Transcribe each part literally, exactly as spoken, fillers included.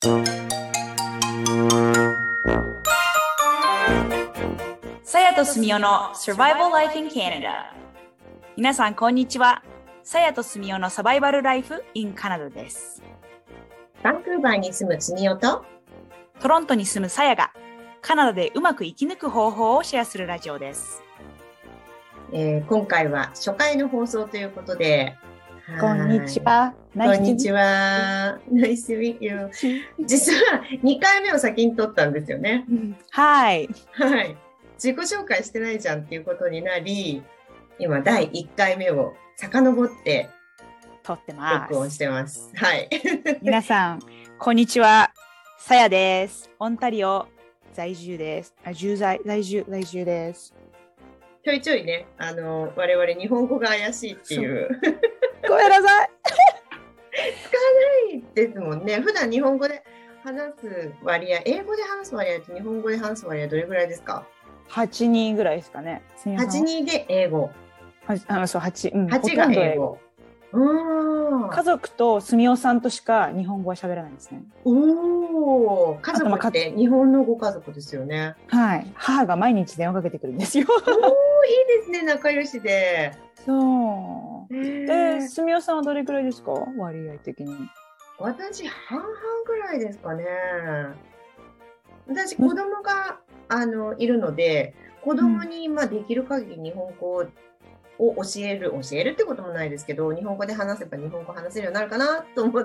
さやとすみおの Survival Life in Canada。 皆さんこんにちは。さやとすみおのサバイバルライフ in カナダです。 バンクーバーに住むすみおとトロントに住むさやがカナダでうまく生き抜く方法をシェアするラジオです。 えー、今回は初回の放送ということで、 こんにちは。 こんにちは。Nice to meet you。実はにかいめを先に撮ったんですよね。 はい。 はい。自己紹介してないじゃんっていうことになり、今だいいっかいめを遡って撮ってます。 録音してます。はい。 皆さん、こんにちは。さやです。オンタリオ在住です。あ、住在、在住、在住です。 ちょいちょいね、あの、我々日本語が怪しいっていう。 ごめんなさい。 使わないですもんね。普段日本語で話す割合、英語で話す割合と日本語で話す割合どれぐらいですか？ はちにんぐらいですかね。 はちにんで英語。 はあのそうはち、うん、 はちが英語。 うん、家族とすみおさんとしか日本語は喋らないんですね。 おお、家族って日本のご家族ですよね。 はい、母が毎日電話かけてくるんですよ。 おお、いいですね、仲良しで。 そう。で、すみおさんはどれくらいですか？割合的に。 私半々ぐらいですかね。私子供があのいるので、子供にまあできる限り日本語を教える教えるってこともないですけど、日本語で話せば日本語話せるようになるかなと思って、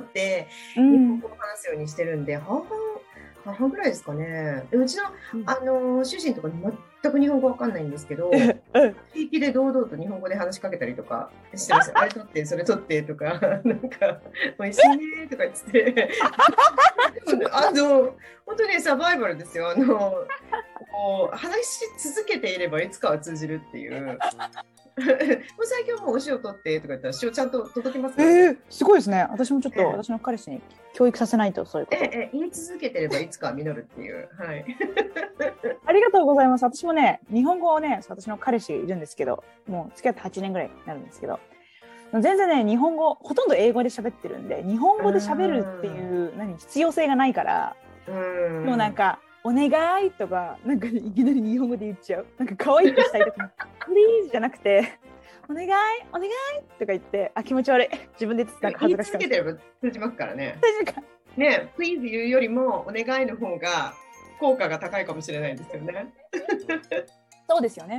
うん、日本語を話すようにしてるんで、半々半々ぐらいですかね。でうちの、あの主人とか全く日本語わかんないんですけど、平気で堂々と日本語で話しかけたりとかしてますよ。あれ取ってそれ取ってとか、なんかおいしいねとか言ってあの本当にサバイバルですよ。あのこう話し続けていればいつかは通じるっていう。もう最近はもうお塩取ってとか言ったら塩ちゃんと届きますからね。 えー、すごいですね。私もちょっと、えー、私の彼氏に教育させないとそういうこと。 えーえー、言い続けてればいつかは実るっていう。はい。 ありがとうございます。私もね、日本語をね、私の彼氏いるんですけど、もう付き合ってはちねんぐらいになるんですけど、全然ね、日本語ほとんど英語で喋ってるんで、日本語で喋るっていう何必要性がないから、うんもうなんか。お願いとか、なんかいきなり日本語で言っちゃう。なんか可愛くしたいときに、please じゃなくて、お願い、お願いとか言って、あ、気持ち悪い。自分でなんか恥ずかしかった。 言い続けてれば通じますからね。ね、please 言うよりも、お願いの方が効果が高いかもしれないですよね。 そうですよね。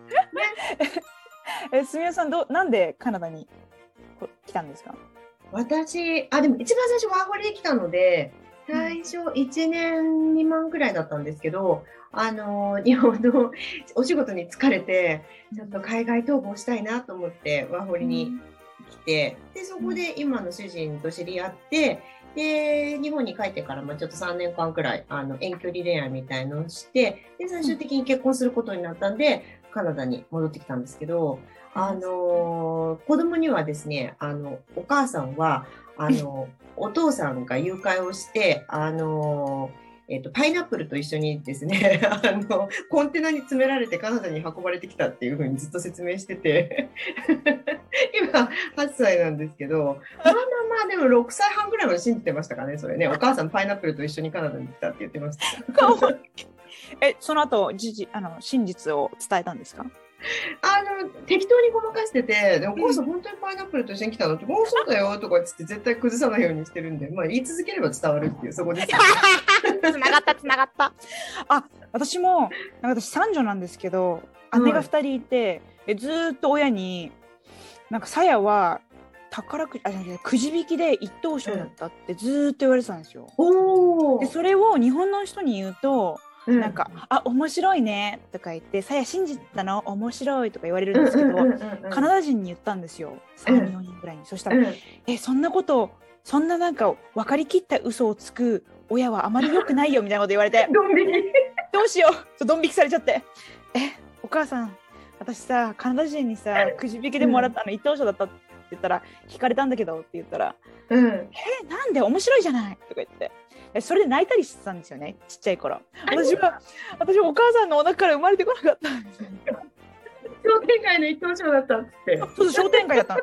え、すみおさんど、なんでカナダに来たんですか？ 私、あ、でも一番最初ワーホリで来たので、最初いちねん未満くらいだったんですけど、あの日本のお仕事に疲れてちょっと海外逃亡したいなと思ってワーホリに来て、でそこで今の主人と知り合って、で日本に帰ってからまあちょっとさんねんかんくらいあの遠距離恋愛みたいのをして、で最終的に結婚することになったんでカナダに戻ってきたんですけど、あの子供にはですね、あのお母さんはあのお父さんが誘拐をして、あのえーと、パイナップルと一緒にですねあのコンテナに詰められてカナダに運ばれてきたっていう風にずっと説明してて今はっさいなんですけど、まあまあまあでもろくさいはんぐらいまで信じてましたかね。それね、お母さんパイナップルと一緒にカナダに来たって言ってましたえ、その後じじあの真実を伝えたんですか？ あの適当にごまかしてて、でもお母さん本当にパイナップルと一緒に来たのって、もうそうだよとか言って絶対崩さないようにしてるんで、まあ言い続ければ伝わるっていう、そこですよね。 つながったつながった。あ、私もなんか私三女なんですけど、姉がふたりいて、うん、えずーっと親になんかさやは宝くじ、あ、くじ引きで一等賞だったってずーっと言われてたんですよ。 うん、 でそれを日本の人に言うと。なんか、うん、あ、面白いねとか言って、さや信じたの面白いとか言われるんですけど、カナダ人に言ったんですよ、さん、よにんぐらいに。そしたら、うん、え、そんなことそんななんか分かりきった嘘をつく親はあまり良くないよみたいなこと言われてドン引きどうしよう、ドン引きされちゃって、え、お母さん私さカナダ人にさくじ引きでもらったの一等賞だったって言ったら引かれたんだけどって言ったら、うん、え、なんで面白いじゃないとか言って、それで泣いたりしてたんですよね、ちっちゃい頃。私は私はお母さんのお腹から生まれてこなかったんですよ。 商店街の一等賞だったっつって。 そうそう、商店街だったの。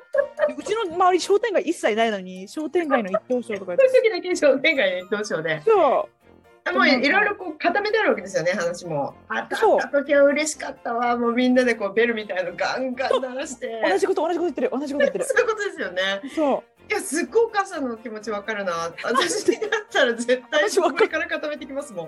うちの周り商店街一切ないのに商店街の一等賞とかそういう時だけ商店街の一等賞で。 そうもういろいろこう固めてあるわけですよね、話も。当たそうった時は嬉しかったわ。もうみんなでこうベルみたいなのガンガン鳴らして。 同じこと同じこと言ってる同じこと言ってるそういうことですよね。 そういや、すっごいお母さんの気持ちわかるな。私だったら絶対これから固めてきますもん。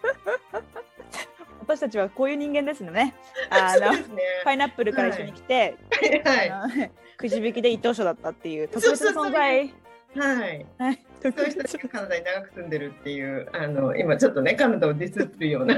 私たちはこういう人間ですね。あの、ね、パイナップルから一緒に来て、はいはい、くじ引きで一等賞だったっていう特別な存在。 はい、はい、そういう人たちがカナダに長く住んでるっていう、あの今ちょっとねカナダをディスるような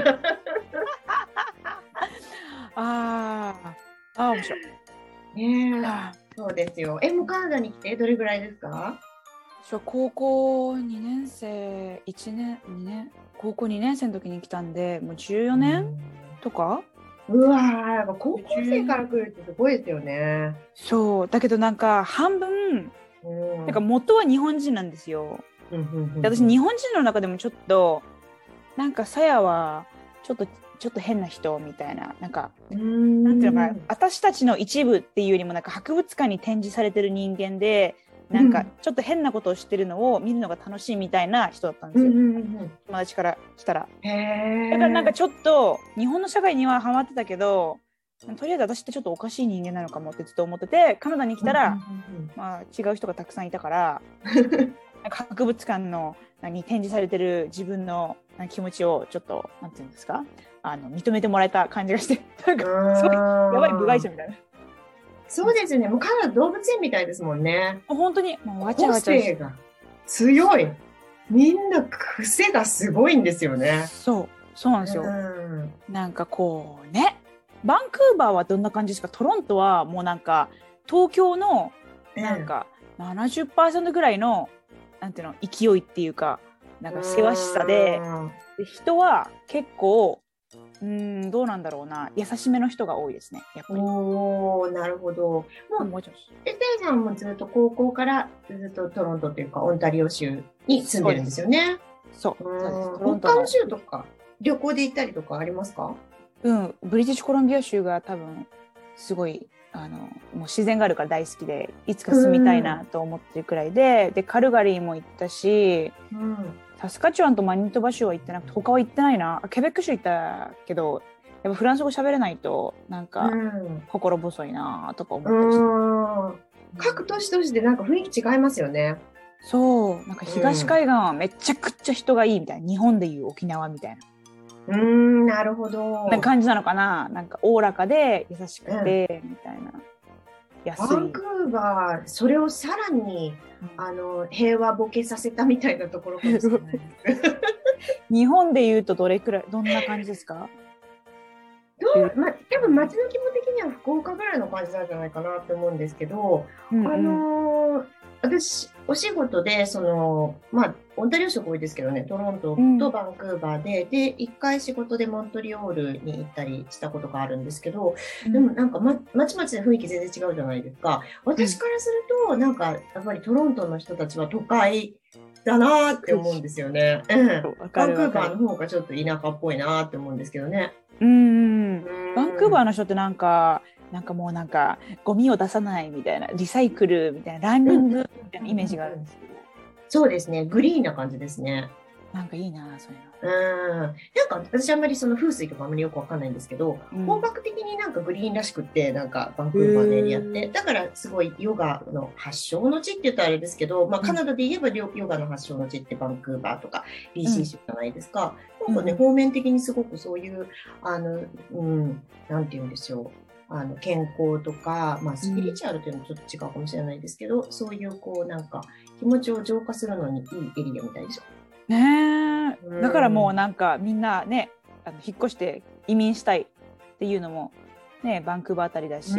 あーあー面白いね。そうですよ。え、もうカナダに来てどれぐらいですか？ 私は高校にねん生いちねんにねん高校にねん生の時に来たんでもうじゅうよねんとか。 うわー、やっぱ高校生から来るってすごいですよね。 そうだけどなんか半分なんか元は日本人なんですよ。で私日本人の中でもちょっとなんかさやはちょっとちょっと変な人みたいななんかなんていうのかな私たちの一部っていうよりもなんか博物館に展示されてる人間でなんかちょっと変なことをしてるのを見るのが楽しいみたいな人だったんですよ、うんうんうん、友達からしたら。へだからなんかちょっと日本の社会にはハマってたけどとりあえず私ってちょっとおかしい人間なのかもってずっと思っててカナダに来たら、うんうんうんまあ、違う人がたくさんいたからなんか博物館のに展示されてる自分の気持ちをちょっとなんていうんですかあの認めてもらえた感じがしてなんかすごいやばい部外者みたいな。 そうですよね。もうカナダ動物園みたいですもんね。 本当にもうわちゃわちゃ個性が強い。みんな癖がすごいんですよね。 そうそうなんですよ。んなんかこうねバンクーバーはどんな感じですか？トロントはもうなんか東京のなんか ななじゅっパーセント ぐらいのなんていうの勢いっていうかなんかせわしさで、で人は結構うーんどうなんだろうな優しめの人が多いですねやっぱり。 おーなるほど。もうもうちょっとえていさんもずっと高校からずっとトロントというかオンタリオ州に住んでるんですよね。 そう。そうです。 他の州とか旅行で行ったりとかありますか？ うん、ブリティッシュコロンビア州が多分すごいあのもう自然があるから大好きでいつか住みたいなと思ってるくらいで、うん、でカルガリーも行ったし、うん、サスカチュワンとマニトバ州は行ってなくて他は行ってないな。ケベック州行ったけどやっぱフランス語喋れないとなんか心細いなとか思ってました、 うん、各都市都市でなんか雰囲気違いますよね。 そうなんか東海岸はめちゃくちゃ人がいいみたいな、日本でいう沖縄みたいなうーんなるほどな感じなのかな。なんかおおらかで優しくて、うん、みたいな。 安いバンクーバーそれをさらに、うん、あの平和ボケさせたみたいなところかもしれない日本でいうとどれくらいどんな感じですか？ どう、ま、多分街の規模的には福岡ぐらいの感じなんじゃないかなって思うんですけど、うんうん、あのー、私お仕事でそのまあオンタリオ州多いですけどねトロントとバンクーバーで、うん、で一回仕事でモントリオールに行ったりしたことがあるんですけど、うん、でもなんか、ま、街々で雰囲気全然違うじゃないですか。私からすると、うん、なんかやっぱりトロントの人たちは都会だなーって思うんですよね。うん、バンクーバーの方がちょっと田舎っぽいなーって思うんですけどね。 うんうんバンクーバーの人ってなんかなんかもうなんかゴミを出さないみたいなリサイクルみたいなランニングみたいなイメージがあるんですけど、うん、 そうですねグリーンな感じですね。 なんかいいなそういうの。 うんなんか私あんまりその風水とかあんまりよくわかんないんですけど、うん、方角的になんかグリーンらしくってなんかバンクーバーのエリアってだからすごいヨガの発祥の地って言ったらあれですけど、まあ、カナダで言えばヨガの発祥の地ってバンクーバーとか ビーシー 州じゃないですか、うん、なんかね、うん、方面的にすごくそういうあの、うん、なんて言うんでしょうあの健康とか、まあ、スピリチュアルというのはちょっと違うかもしれないですけど、うん、そういうこうなんか気持ちを浄化するのにいいエリアみたいでしょ。 ねえ、だからもうなんかみんなねあの引っ越して移民したいっていうのもねバンクーバーあたりだし、うん、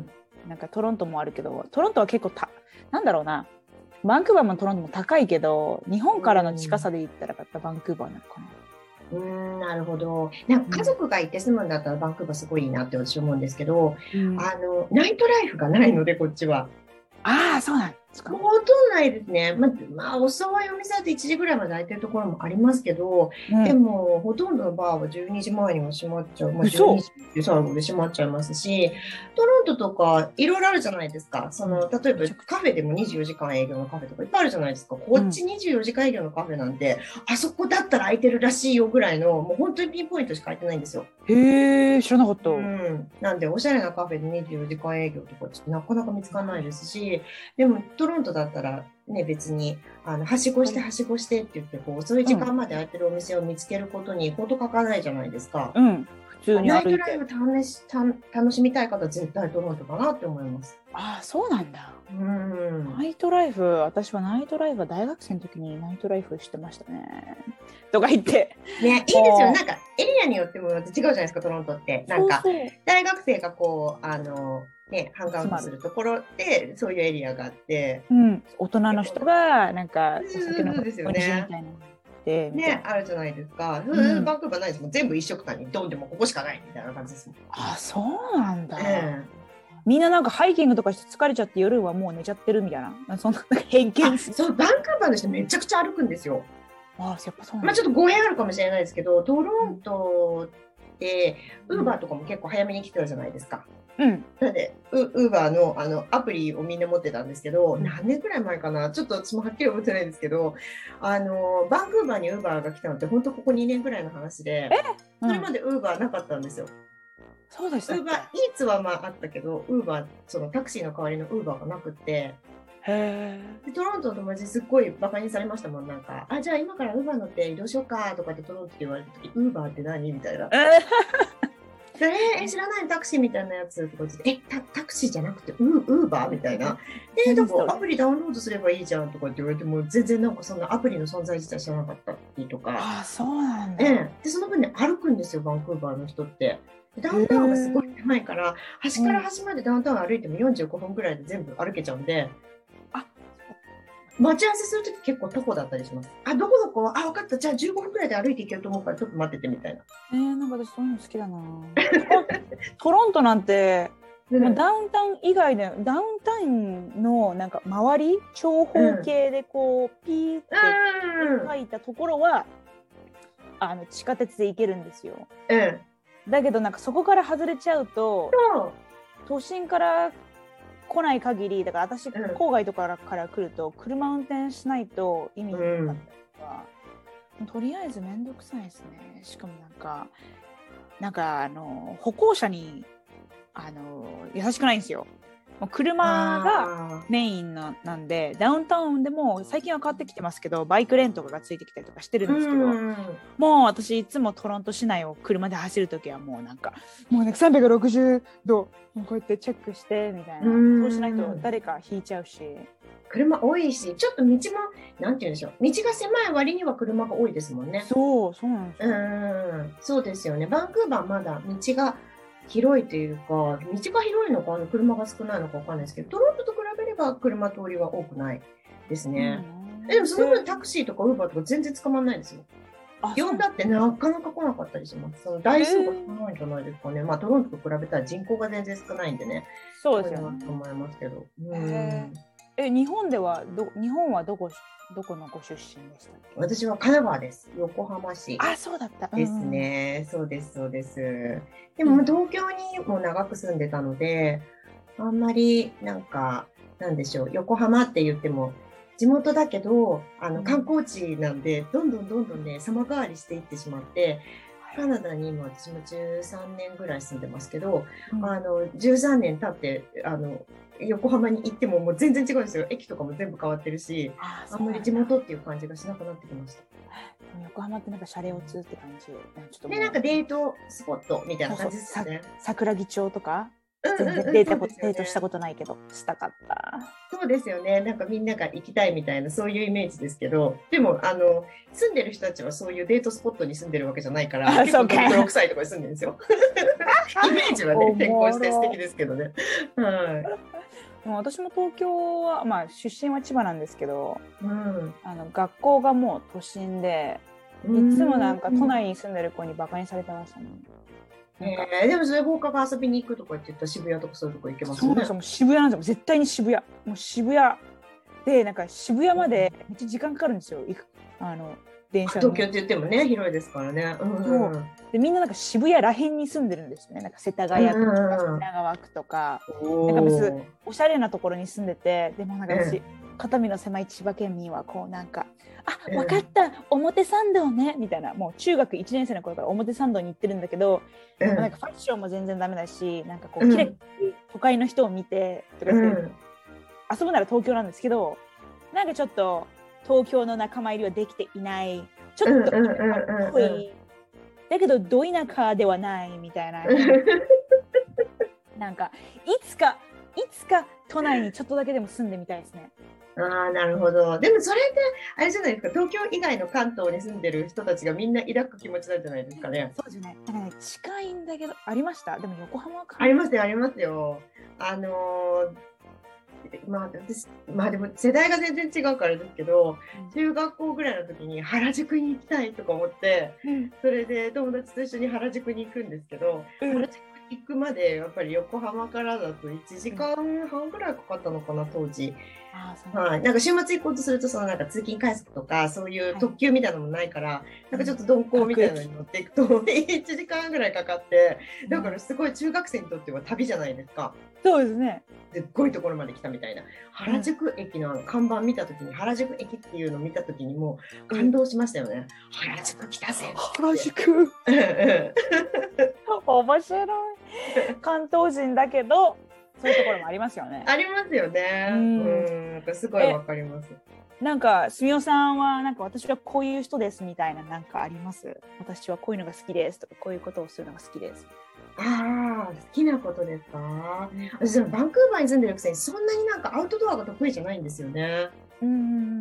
なんかトロントもあるけどトロントは結構たなんだろうなバンクーバーもトロントも高いけど日本からの近さで言ったらやっぱバンクーバーなのかな。 うーんなるほど。なんか家族がいて住むんだったらバンクーバーすごいいいなって私思うんですけど、うん、あのナイトライフがないのでこっちは。 ああそうなんですか？ もうほとんどないですね。ま、まあ、お騒いお店だといちじぐらいまで開いてるところもありますけど、 うん、 でも、ほとんどのバーはじゅうにじまえには閉まっちゃう。まあ、 嘘。 じゅうにじで最後で閉まっちゃいますし、トロントとかいろいろあるじゃないですか。その、例えばカフェでもにじゅうよじかん営業のカフェとかいっぱいあるじゃないですか。こっちにじゅうよじかん営業のカフェなんて、うん、あそこだったら空いてるらしいよぐらいの、もう本当にピンポイントしか空いてないんですよ。 へえ、知らなかった。 うん。なんで、おしゃれなカフェでにじゅうよじかん営業とかちょっとなかなか見つからないですし、でもトロントだったらね、別に、あの、はしごしてはしごしてって言って、こう、そういう時間まで空いてるお店を見つけることに、ほんと書かないじゃないですか。 うん。普通にナイ歩いて。 トライブ試し、た楽しみたい方は絶対トロントかなって思います。 ああ、そうなんだ。 うん。 ナイトライフ、私はナイトライフは大学生の時にナイトライフしてましたね。とか言って。 ね、いいですよ。なんか、エリアによっても違うじゃないですか、トロントって。なんか、 そうそう、 大学生がこう、あの、ね、ハンガーウトするところで、そういうエリアがあって。 うん、大人の人が、なんか、お酒のそうですよね。 でね、あるじゃないですか。うん、バンクーバーないですもん。全部一色単にドンでもここしかないみたいな感じですもん。 あ、そうなんだ。 ええ、 みんななんかハイキングとかして疲れちゃって夜はもう寝ちゃってるみたいな、そんな偏見。 そう、バンクーバーの人めちゃくちゃ歩くんですよ。 あ、やっぱそうなんだ。 まあちょっと語弊あるかもしれないですけど、トロントってウーバーとかも結構早めに来てたじゃないですか。 うん。 なので、ウーバーのあのアプリをみんな持ってたんですけど、何年くらい前かな、ちょっと私もはっきり覚えてないんですけど、あのバンクーバーにウーバーが来たのって本当ここにねんくらいの話で、それまでウーバーなかったんですよ。 そうでしたっけ？ ウーバーイーツはまああったけど、ウーバー、そのタクシーの代わりのウーバーがなくって、 へでトロントの友達すっごいバカにされましたもん。なんか、あ、じゃあ今からウーバー乗って移動しようかとかってトロントって言われた時、ウーバーって何みたいな。えー、知らないタクシーみたいなやつとか言って、え、タ, タクシーじゃなくてウー、ウーバーみたいな。で、だからアプリダウンロードすればいいじゃんとかって言われても、全然なんかそんなアプリの存在自体知らなかったりとか。 あ、そうなんだ。 ええ、で、その分ね、歩くんですよ、バンクーバーの人って。ダウンタウンがすごい狭いから、端から端までダウンタウン歩いてもよんじゅうごふんぐらいで全部歩けちゃうんで、あ、待ち合わせするとき結構徒歩だったりします。あ、どこどこ、あ、分かった。じゃあじゅうごふんぐらいで歩いていけると思うからちょっと待っててみたいな。 えー、なんか私そういうの好きだな。トロントなんて、うん、ダウンタウン以外でダウンタウンのなんか周り長方形でこう、うん、ピーって書いたところは、うん、あの地下鉄で行けるんですよ。うん、だけどなんかそこから外れちゃうと、都心から来ない限り、だから私、うん、郊外とかから来ると車運転しないと意味なかったりとか、うん、とりあえずめんどくさいですね。しかもなんかなんかあの歩行者にあの優しくないんですよ。車がメインのなんで、ダウンタウンでも最近は変わってきてますけど、バイクレントがついてきたりとかしてるんですけど、もう私いつもトロント市内を車で走るときはもうなんかもうなんかさんびゃくろくじゅうどこうやってチェックしてみたいな、そうしないと誰か引いちゃうし、 車多いし、ちょっと道もなんて言うんでしょう、道が狭い割には車が多いですもんね。 そうそうなんですよ。 うん、そうですよね。バンクーバーまだ道が広いというか、道が広いのか車が少ないのか分かんないですけど、トロントと比べれば車通りは多くないですね。うん、でもその分タクシーとかウーバーとか全然捕まんないですよ。呼んだってなかなか来なかったりします。その台数が少ないんじゃないですかね。まあトロントと比べたら人口が全然少ないんでね。 そうですよね。 と思いますけど。うん、 え、日本ではど日本はどこどこのご出身でしたっけ？ 私は神奈川です。横浜市。 あ、そうだった。 ですね。うん、そうですそうです。でも東京にも長く住んでたので、あんまりなんかなんでしょう、横浜って言っても地元だけどあの観光地なんで、うん、どんどんどんどんね様変わりしていってしまって。カナダに今私もじゅうさんねんぐらい住んでますけど、うん、あのじゅうさんねん経ってあの横浜に行ってももう全然違うんですよ。駅とかも全部変わってるし、 あ, あんまり地元っていう感じがしなくなってきました。 横浜ってなんかシャレオツって感じ。ちょっとでなんかデートスポットみたいな感じですね。 桜木町とか全然デート、デートしたことないけどしたかった。 そうですよね。なんかみんなが行きたいみたいなそういうイメージですけど、でもあの住んでる人たちはそういうデートスポットに住んでるわけじゃないから、結構泥臭いところに住んでるんですよ。イメージはね転校して素敵ですけどね。はい。 もう私も東京は、まあ、出身は千葉なんですけど、うん、あの学校がもう都心で、いつもなんか都内に住んでる子にバカにされてましたね。 えー、でもそれ放課後遊びに行くとかって言ったら渋谷とかそういうとこ行けますよね。 そうですよ、もう渋谷なんですよ。絶対に渋谷。もう渋谷でなんか渋谷までめっちゃ時間かかるんですよ、行くあの電車の。 東京って言ってもね広いですからね。うん、 そうでみんななんか渋谷らへんに住んでるんですよね。なんか世田谷区とか品川区とか、なんか別におしゃれなところに住んでて、でもなんか私、うん、肩身の狭い千葉県民はこうなんかあ分かった、うん、表参道ねみたいな、もう中学いちねん生の頃から表参道に行ってるんだけど、うん、なんかファッションも全然ダメだし、なんかこうキレッ都会の人を見てとか、うん、遊ぶなら東京なんですけど、なんかちょっと東京の仲間入りはできていない、ちょっとかっこいいだけどど田舎ではないみたいななんかいつかいつか都内にちょっとだけでも住んでみたいですね。 ああ、なるほど。でもそれってあれじゃないですか、東京以外の関東に住んでる人たちがみんな抱く気持ちなんじゃないですかね。 そうですね。なんかね、近いんだけどありました。でも横浜はありますよありますよ。あのーまあ私まあでも世代が全然違うからですけど、うん、中学校ぐらいの時に原宿に行きたいとか思って、うん、それで友達と一緒に原宿に行くんですけど、うん、原宿行くまでやっぱり横浜からだといちじかんはんぐらいかかったのかな当時。ああ、はい、なんか週末行こうとするとそのなんか通勤快速とかそういう特急みたいなのもないから、はい、なんかちょっと鈍行みたいなのに乗っていくといちじかんぐらいかかって、だからすごい中学生にとっては旅じゃないですか。 そうですね。 すっごいところまで来たみたいな。原宿駅のあの看板見たときに、原宿駅っていうのを見たときにもう感動しましたよね。うん、原宿来たぜ。 原宿面白い。関東人だけどそういうところもありますよね。 ありますよね。うん、うん、すごいわかります。 なんかすみおさんはなんか私はこういう人ですみたいななんかあります？私はこういうのが好きですとかこういうことをするのが好きです。 ああ、好きなことですか？私バンクーバーに住んでるくせにそんなになんかアウトドアが得意じゃないんですよね。うん、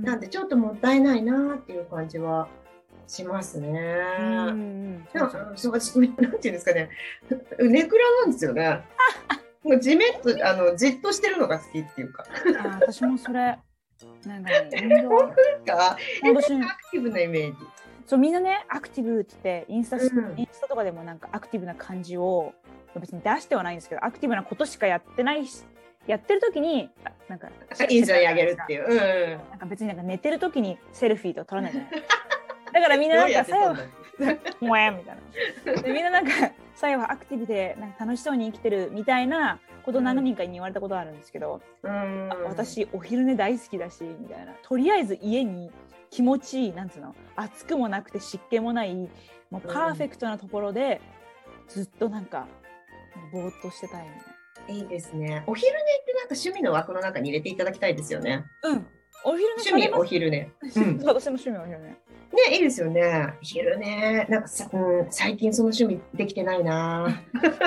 なんでちょっともったいないなっていう感じはしますね。うん、なんかそう私なんていうんですかね、ネクラなんですよね。もうじめっとあのじっとしてるのが好きっていうか。 あ、私もそれなんかね、 運動本当ですか？私アクティブなイメージ。 そうみんなねアクティブって言ってインスタ、うん、インスタとかでもなんかアクティブな感じを別に出してはないんですけど、アクティブなことしかやってないし、やってる時になんかインスタに上げるっていう、うん、 なんか別になんか寝てる時にセルフィーとか撮らないじゃないだからみんななんかさよもやみたいなでみんななんかさよはアクティブでなんか楽しそうに生きてるみたいなことを何人かに言われたことあるんですけど、うん、私お昼寝大好きだしみたいな、とりあえず家に気持ちいい、なんつうの、暑くもなくて湿気もないもうパーフェクトなところでずっとなんかぼーっとしてたいみたいな。 いいですね。お昼寝ってなんか趣味の枠の中に入れていただきたいですよね。 うん。お昼寝趣味お昼寝。 うん、私も趣味お昼寝。ね、 いいですよね。昼寝なんかさ、うん、最近その趣味できてないな。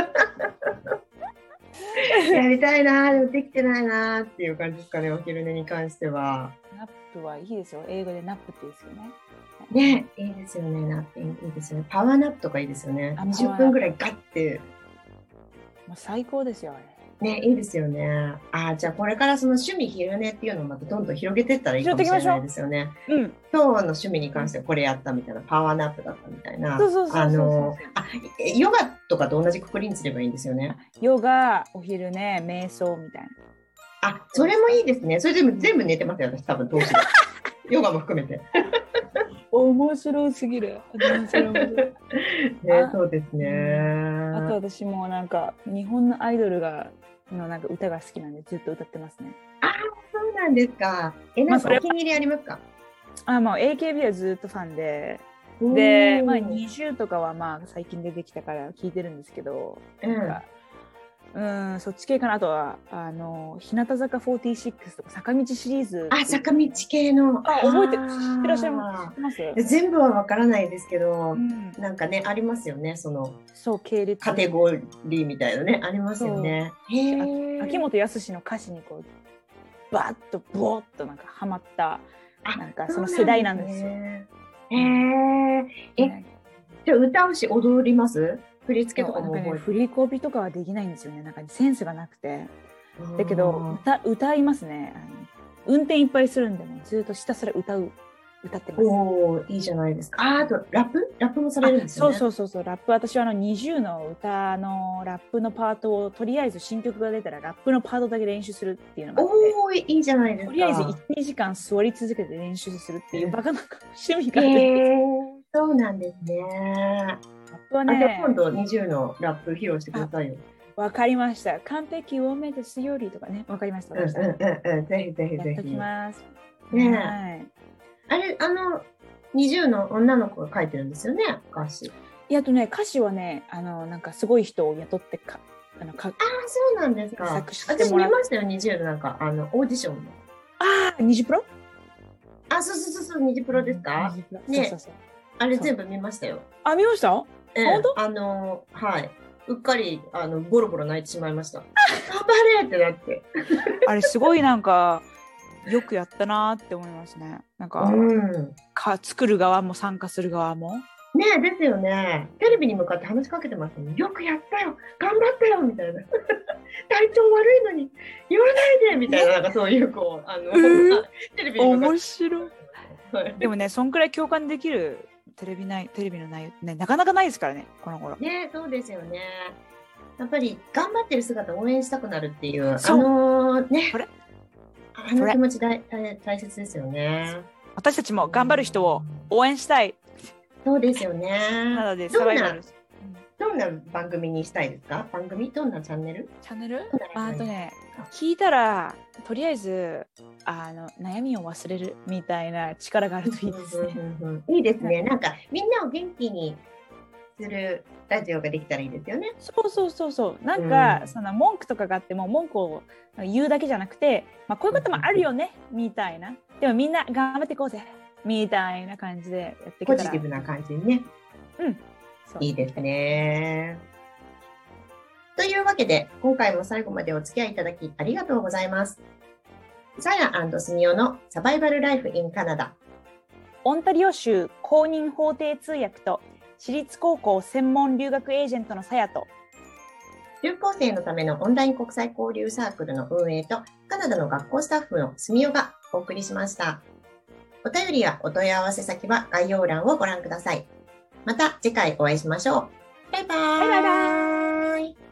やりたいな、でもできてないなっていう感じですかね。お昼寝に関しては。 ナップはいいですよ。英語でナップっていいですよね。 ね、いいですよね。ナップいいですよね。パワーナップとかいいですよね。にじゅっぷんぐらいガッて。 もう最高ですよあれ。 ね、いいですよね。あ、じゃあこれからその趣味昼寝っていうのをまたどんどん広げていったらいいかもしれないですよね。うん、今日の趣味に関してはこれやったみたいな、パワーナップだったみたいな。あの、あ、ヨガとかと同じくくりにすればいいんですよね。 ヨガ、お昼寝、瞑想みたいな。 あ、それもいいですね。それでも全部寝てますよ、私多分同時で。ヨガも含めて。 面白すぎる。面白いね、 そうですね。 あと私もなんか日本のアイドルがのなんか歌が好きなんでずっと歌ってますね。 ああ、そうなんですか。え、なんかお気に入りありますか？ あ、まあ エーケービー はずっとファンで、で、まあにじゅうとかはまあ最近出てきたから聞いてるんですけど、うん、なんかうん、そっち系かな。あとはあの日向坂フォーティーシックスとか坂道シリーズ。 あ、坂道系の。 あ、覚えて、知ってらっしゃいます？ 全部はわからないですけど、うん、なんかねありますよね、そのそう系列カテゴリーみたいなねありますよね。 へー。秋元康の歌詞にこうバッとボーッとなんかハマったなんかその世代なんですよ。へえ。え、じゃあ歌うし踊ります？振り付けとかも覚えて、 ね、振りコピとかはできないんですよね。なんかセンスがなくて。だけど 歌, 歌いますね。あの運転いっぱいするんでもずっとひたすら歌う歌ってます。 おー、いいじゃないですか。あ、あと、ラップラップもされるんですよね。 そうそうそうそう、ラップ、私はあのにじゅうの歌のラップのパートを、とりあえず新曲が出たらラップのパートだけ練習するっていうのがあって、 おー、いいじゃないですか。 とりあえずいち、にじかん座り続けて練習するっていうバカな趣味があへるんです。 えー、そうなんですね。 ラップはあ、じゃあ今ね、 度にじゅうのラップ披露してくださいよ。 わかりました。完璧を目指すよりとかね、わかりました。 うんうんうんうん、ぜひぜひぜひ。 やっときます。 ねえ。 はい。 あれ、あの、にじゅうの女の子が書いてるんですよね、歌詞。 いやとね、歌詞はね、あの、なんかすごい人を雇ってか、あの、か、 ああ、そうなんですか。 作詞して私もらっ見ましたよ、にじゅうのなんか、あの、オーディションの。 ああ、ニジプロあ、そうそうそうそう、ニジプロですか？ ニジプロ。 ね、 そうそうそう。 あれ全部見ましたよ。 あ、見ました本ええ、 当あの、はい。うっかり、あの、ボロボロ泣いてしまいました。頑張れってなって。 あれすごいなんか、よくやったなーって思いますね。なんか、 うん。 か作る側も参加する側も。 ねえ、ですよね。テレビに向かって話しかけてますもん。よくやったよ頑張ったよみたいな。体調悪いのに言わないでみたいな、なんかそういう、こう、あの、 えーテレビに向かって。 面白い。 はいでもね、そんくらい共感できるテレビないテレビの内容ってね、なかなかないですからね、この頃。 ねえ、そうですよね。やっぱり頑張ってる姿を応援したくなるっていう、あそうのね、 これあの気持ち大大大切ですよね。 私たちも頑張る人を応援したい。 そうですよね。 なので、 どんなサバイバル。 どんな番組にしたいですか？番組どんなチャンネル？ チャンネルどんなああとやね、聞いたら、とりあえず、あの、悩みを忘れるみたいな力があるといいですね。 いいですね。なんか、みんなを元気にするラジオができたらいいですよね。 そうそうそうそう。なんか、 うんその文句とかがあっても、文句を言うだけじゃなくて、まあ、こういうこともあるよね、みたいな。でもみんな頑張っていこうぜ、みたいな感じでやってきたら。 ポジティブな感じにね。 うん。 いいですね。というわけで、今回も最後までお付き合いいただきありがとうございます。さやスミオのサバイバルライフインカナダ。 オンタリオ州公認法廷通訳と私立高校専門留学エージェントのさやと、 中高生のためのオンライン国際交流サークルの運営とカナダの学校スタッフのスミオがお送りしました。お便りやお問い合わせ先は概要欄をご覧ください。また次回お会いしましょう。バイバーイ。 バイバイバイ。